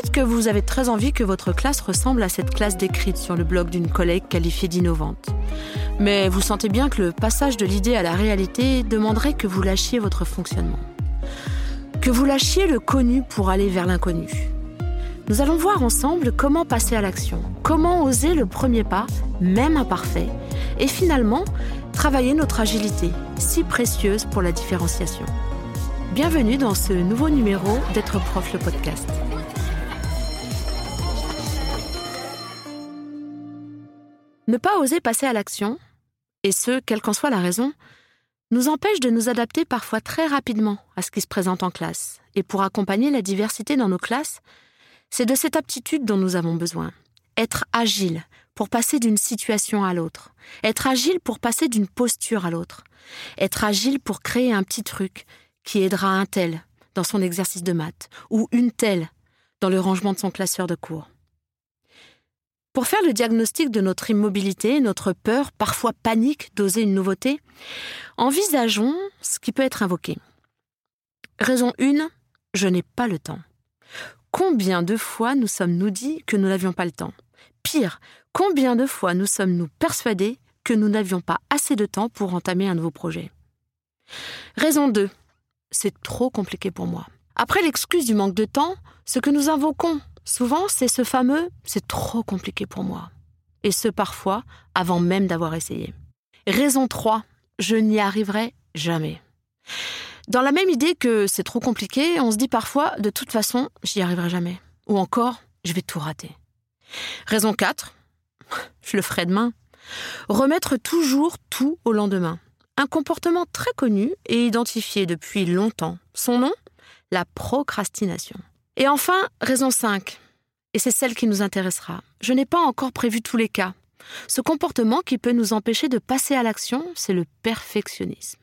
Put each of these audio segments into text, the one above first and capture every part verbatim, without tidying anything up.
Peut-être que vous avez très envie que votre classe ressemble à cette classe décrite sur le blog d'une collègue qualifiée d'innovante. Mais vous sentez bien que le passage de l'idée à la réalité demanderait que vous lâchiez votre fonctionnement. Que vous lâchiez le connu pour aller vers l'inconnu. Nous allons voir ensemble comment passer à l'action, comment oser le premier pas, même imparfait, et finalement, travailler notre agilité, si précieuse pour la différenciation. Bienvenue dans ce nouveau numéro d'Être Prof, le podcast. Ne pas oser passer à l'action, et ce, quelle qu'en soit la raison, nous empêche de nous adapter parfois très rapidement à ce qui se présente en classe. Et pour accompagner la diversité dans nos classes, c'est de cette aptitude dont nous avons besoin. Être agile pour passer d'une situation à l'autre. Être agile pour passer d'une posture à l'autre. Être agile pour créer un petit truc qui aidera un tel dans son exercice de maths ou une telle dans le rangement de son classeur de cours. Pour faire le diagnostic de notre immobilité, notre peur, parfois panique d'oser une nouveauté, envisageons ce qui peut être invoqué. Raison un, je n'ai pas le temps. Combien de fois nous sommes-nous dit que nous n'avions pas le temps ? Pire, combien de fois nous sommes-nous persuadés que nous n'avions pas assez de temps pour entamer un nouveau projet ? Raison deux, c'est trop compliqué pour moi. Après l'excuse du manque de temps, ce que nous invoquons souvent, c'est ce fameux « c'est trop compliqué pour moi ». Et ce, parfois, avant même d'avoir essayé. Raison trois, je n'y arriverai jamais. Dans la même idée que c'est trop compliqué, on se dit parfois « de toute façon, j'y arriverai jamais ». Ou encore « je vais tout rater ». Raison quatre, je le ferai demain. Remettre toujours tout au lendemain. Un comportement très connu et identifié depuis longtemps. Son nom ? La procrastination. Et enfin, raison cinq, et c'est celle qui nous intéressera. Je n'ai pas encore prévu tous les cas. Ce comportement qui peut nous empêcher de passer à l'action, c'est le perfectionnisme.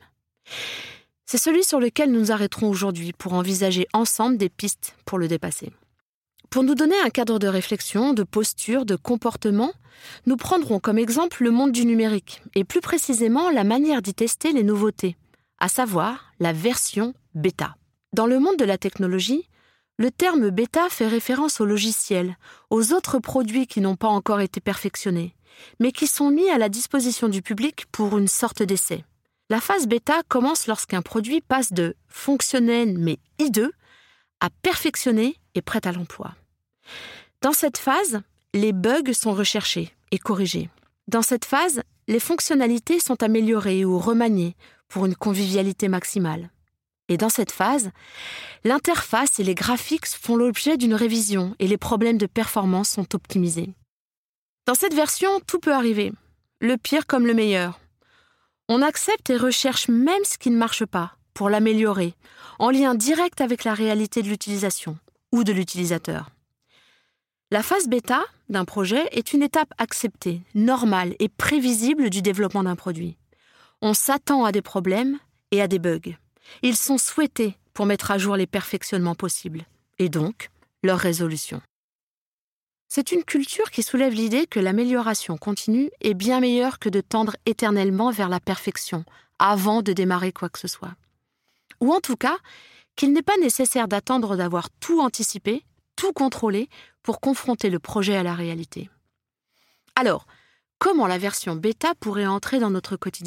C'est celui sur lequel nous nous arrêterons aujourd'hui pour envisager ensemble des pistes pour le dépasser. Pour nous donner un cadre de réflexion, de posture, de comportement, nous prendrons comme exemple le monde du numérique, et plus précisément la manière d'y tester les nouveautés, à savoir la version bêta. Dans le monde de la technologie, le terme bêta fait référence aux logiciels, aux autres produits qui n'ont pas encore été perfectionnés, mais qui sont mis à la disposition du public pour une sorte d'essai. La phase bêta commence lorsqu'un produit passe de fonctionnel mais hideux à perfectionné et prêt à l'emploi. Dans cette phase, les bugs sont recherchés et corrigés. Dans cette phase, les fonctionnalités sont améliorées ou remaniées pour une convivialité maximale. Et dans cette phase, l'interface et les graphiques font l'objet d'une révision et les problèmes de performance sont optimisés. Dans cette version, tout peut arriver, le pire comme le meilleur. On accepte et recherche même ce qui ne marche pas pour l'améliorer, en lien direct avec la réalité de l'utilisation ou de l'utilisateur. La phase bêta d'un projet est une étape acceptée, normale et prévisible du développement d'un produit. On s'attend à des problèmes et à des bugs. Ils sont souhaités pour mettre à jour les perfectionnements possibles, et donc leur résolution. C'est une culture qui soulève l'idée que l'amélioration continue est bien meilleure que de tendre éternellement vers la perfection avant de démarrer quoi que ce soit. Ou en tout cas, qu'il n'est pas nécessaire d'attendre d'avoir tout anticipé, tout contrôlé pour confronter le projet à la réalité. Alors, comment la version bêta pourrait entrer dans notre quotidien ?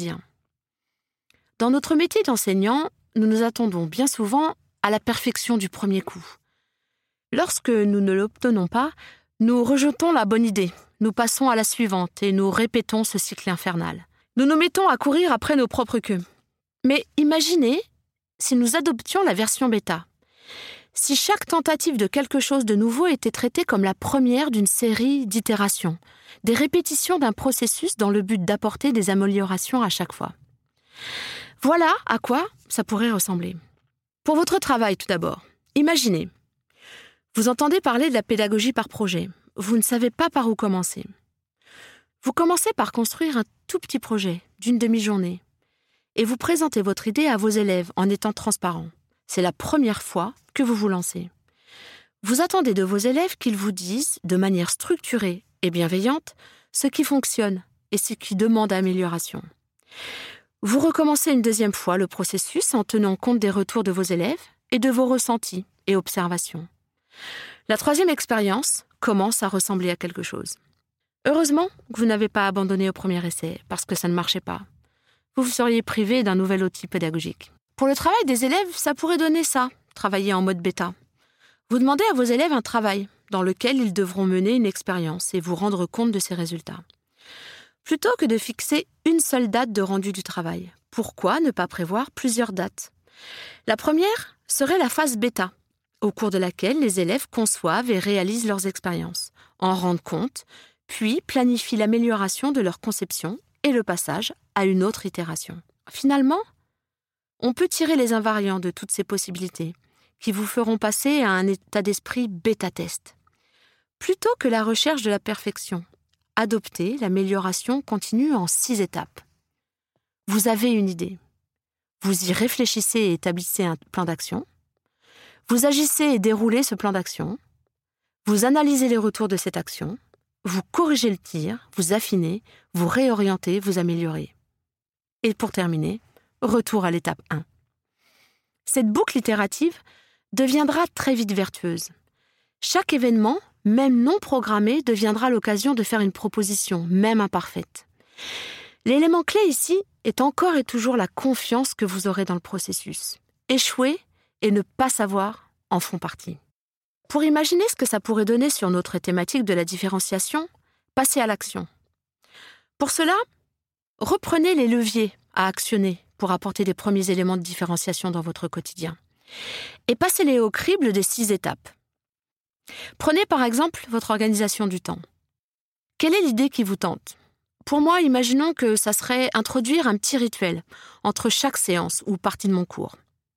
Dans notre métier d'enseignant, nous nous attendons bien souvent à la perfection du premier coup. Lorsque nous ne l'obtenons pas, nous rejetons la bonne idée, nous passons à la suivante et nous répétons ce cycle infernal. Nous nous mettons à courir après nos propres queues. Mais imaginez si nous adoptions la version bêta. Si chaque tentative de quelque chose de nouveau était traitée comme la première d'une série d'itérations, des répétitions d'un processus dans le but d'apporter des améliorations à chaque fois. Voilà à quoi ça pourrait ressembler. Pour votre travail tout d'abord, imaginez. Vous entendez parler de la pédagogie par projet. Vous ne savez pas par où commencer. Vous commencez par construire un tout petit projet d'une demi-journée et vous présentez votre idée à vos élèves en étant transparent. C'est la première fois que vous vous lancez. Vous attendez de vos élèves qu'ils vous disent, de manière structurée et bienveillante, ce qui fonctionne et ce qui demande amélioration. Vous recommencez une deuxième fois le processus en tenant compte des retours de vos élèves et de vos ressentis et observations. La troisième expérience commence à ressembler à quelque chose. Heureusement que vous n'avez pas abandonné au premier essai, parce que ça ne marchait pas. Vous vous seriez privé d'un nouvel outil pédagogique. Pour le travail des élèves, ça pourrait donner ça, travailler en mode bêta. Vous demandez à vos élèves un travail dans lequel ils devront mener une expérience et vous rendre compte de ses résultats. Plutôt que de fixer une seule date de rendu du travail, pourquoi ne pas prévoir plusieurs dates ? La première serait la phase bêta, au cours de laquelle les élèves conçoivent et réalisent leurs expériences, en rendent compte, puis planifient l'amélioration de leur conception et le passage à une autre itération. Finalement, on peut tirer les invariants de toutes ces possibilités qui vous feront passer à un état d'esprit bêta-test. Plutôt que la recherche de la perfection, adoptez l'amélioration continue en six étapes. Vous avez une idée. Vous y réfléchissez et établissez un plan d'action. Vous agissez et déroulez ce plan d'action. Vous analysez les retours de cette action. Vous corrigez le tir, vous affinez, vous réorientez, vous améliorez. Et pour terminer, retour à l'étape un. Cette boucle itérative deviendra très vite vertueuse. Chaque événement, même non programmé, deviendra l'occasion de faire une proposition, même imparfaite. L'élément clé ici est encore et toujours la confiance que vous aurez dans le processus. Échouer et ne pas savoir en font partie. Pour imaginer ce que ça pourrait donner sur notre thématique de la différenciation, passez à l'action. Pour cela, reprenez les leviers à actionner pour apporter des premiers éléments de différenciation dans votre quotidien. Et passez-les au crible des six étapes. Prenez par exemple votre organisation du temps. Quelle est l'idée qui vous tente ? Pour moi, imaginons que ça serait introduire un petit rituel entre chaque séance ou partie de mon cours.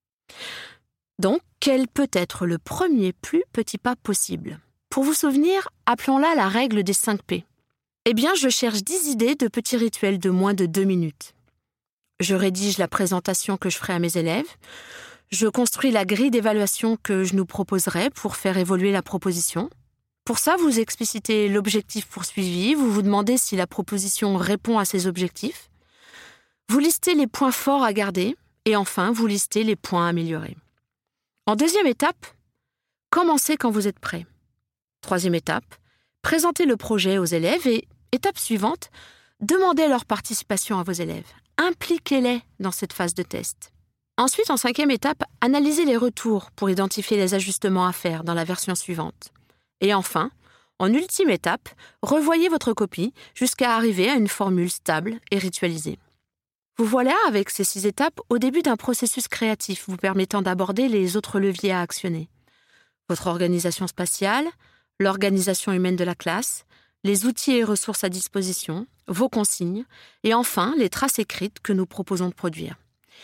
Donc, quel peut être le premier plus petit pas possible ? Pour vous souvenir, appelons-la la règle des cinq P. Eh bien, je cherche dix idées de petits rituels de moins de deux minutes. Je rédige la présentation que je ferai à mes élèves. Je construis la grille d'évaluation que je nous proposerai pour faire évoluer la proposition. Pour ça, vous explicitez l'objectif poursuivi, vous vous demandez si la proposition répond à ces objectifs. Vous listez les points forts à garder et enfin, vous listez les points à améliorer. En deuxième étape, commencez quand vous êtes prêt. Troisième étape, présentez le projet aux élèves et, étape suivante, demandez leur participation à vos élèves. Impliquez-les dans cette phase de test. Ensuite, en cinquième étape, analysez les retours pour identifier les ajustements à faire dans la version suivante. Et enfin, en ultime étape, revoyez votre copie jusqu'à arriver à une formule stable et ritualisée. Vous voilà avec ces six étapes au début d'un processus créatif vous permettant d'aborder les autres leviers à actionner. Votre organisation spatiale, l'organisation humaine de la classe, les outils et ressources à disposition, vos consignes, et enfin les traces écrites que nous proposons de produire.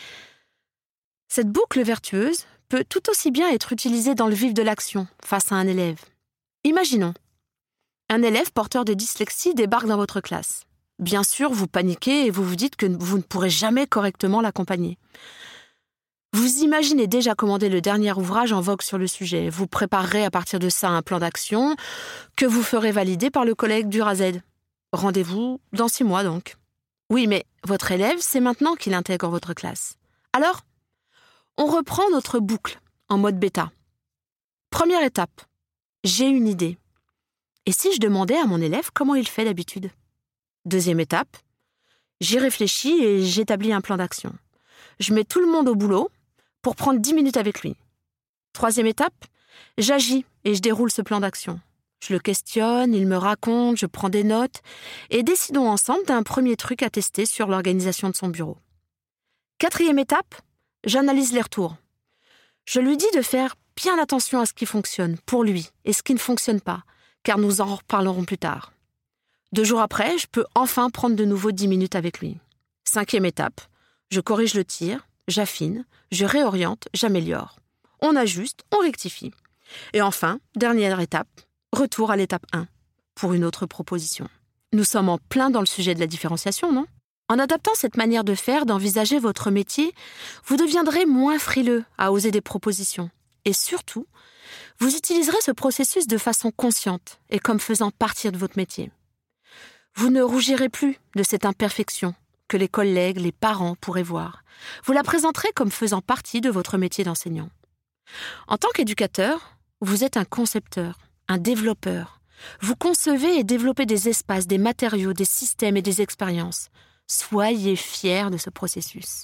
Cette boucle vertueuse peut tout aussi bien être utilisée dans le vif de l'action face à un élève. Imaginons, un élève porteur de dyslexie débarque dans votre classe. Bien sûr, vous paniquez et vous vous dites que vous ne pourrez jamais correctement l'accompagner. Vous imaginez déjà commander le dernier ouvrage en vogue sur le sujet. Vous préparerez à partir de ça un plan d'action que vous ferez valider par le collègue dur à Z. Rendez-vous dans six mois donc. Oui, mais votre élève, c'est maintenant qu'il intègre votre classe. Alors, on reprend notre boucle en mode bêta. Première étape, j'ai une idée. Et si je demandais à mon élève comment il fait d'habitude ? Deuxième étape, j'y réfléchis et j'établis un plan d'action. Je mets tout le monde au boulot pour prendre dix minutes avec lui. Troisième étape, j'agis et je déroule ce plan d'action. Je le questionne, il me raconte, je prends des notes et décidons ensemble d'un premier truc à tester sur l'organisation de son bureau. Quatrième étape, j'analyse les retours. Je lui dis de faire bien attention à ce qui fonctionne pour lui et ce qui ne fonctionne pas, car nous en reparlerons plus tard. Deux jours après, je peux enfin prendre de nouveau dix minutes avec lui. Cinquième étape, je corrige le tir, j'affine, je réoriente, j'améliore. On ajuste, on rectifie. Et enfin, dernière étape, retour à l'étape un, pour une autre proposition. Nous sommes en plein dans le sujet de la différenciation, non ? En adaptant cette manière de faire, d'envisager votre métier, vous deviendrez moins frileux à oser des propositions. Et surtout, vous utiliserez ce processus de façon consciente et comme faisant partie de votre métier. Vous ne rougirez plus de cette imperfection que les collègues, les parents pourraient voir. Vous la présenterez comme faisant partie de votre métier d'enseignant. En tant qu'éducateur, vous êtes un concepteur. un développeur. Vous concevez et développez des espaces, des matériaux, des systèmes et des expériences. Soyez fiers de ce processus.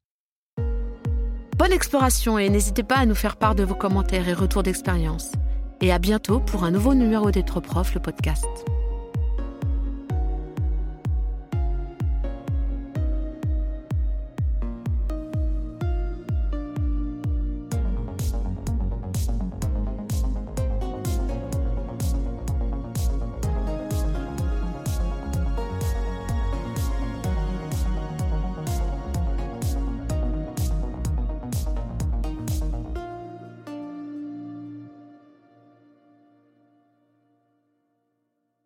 Bonne exploration et n'hésitez pas à nous faire part de vos commentaires et retours d'expérience. Et à bientôt pour un nouveau numéro d'être prof, le podcast.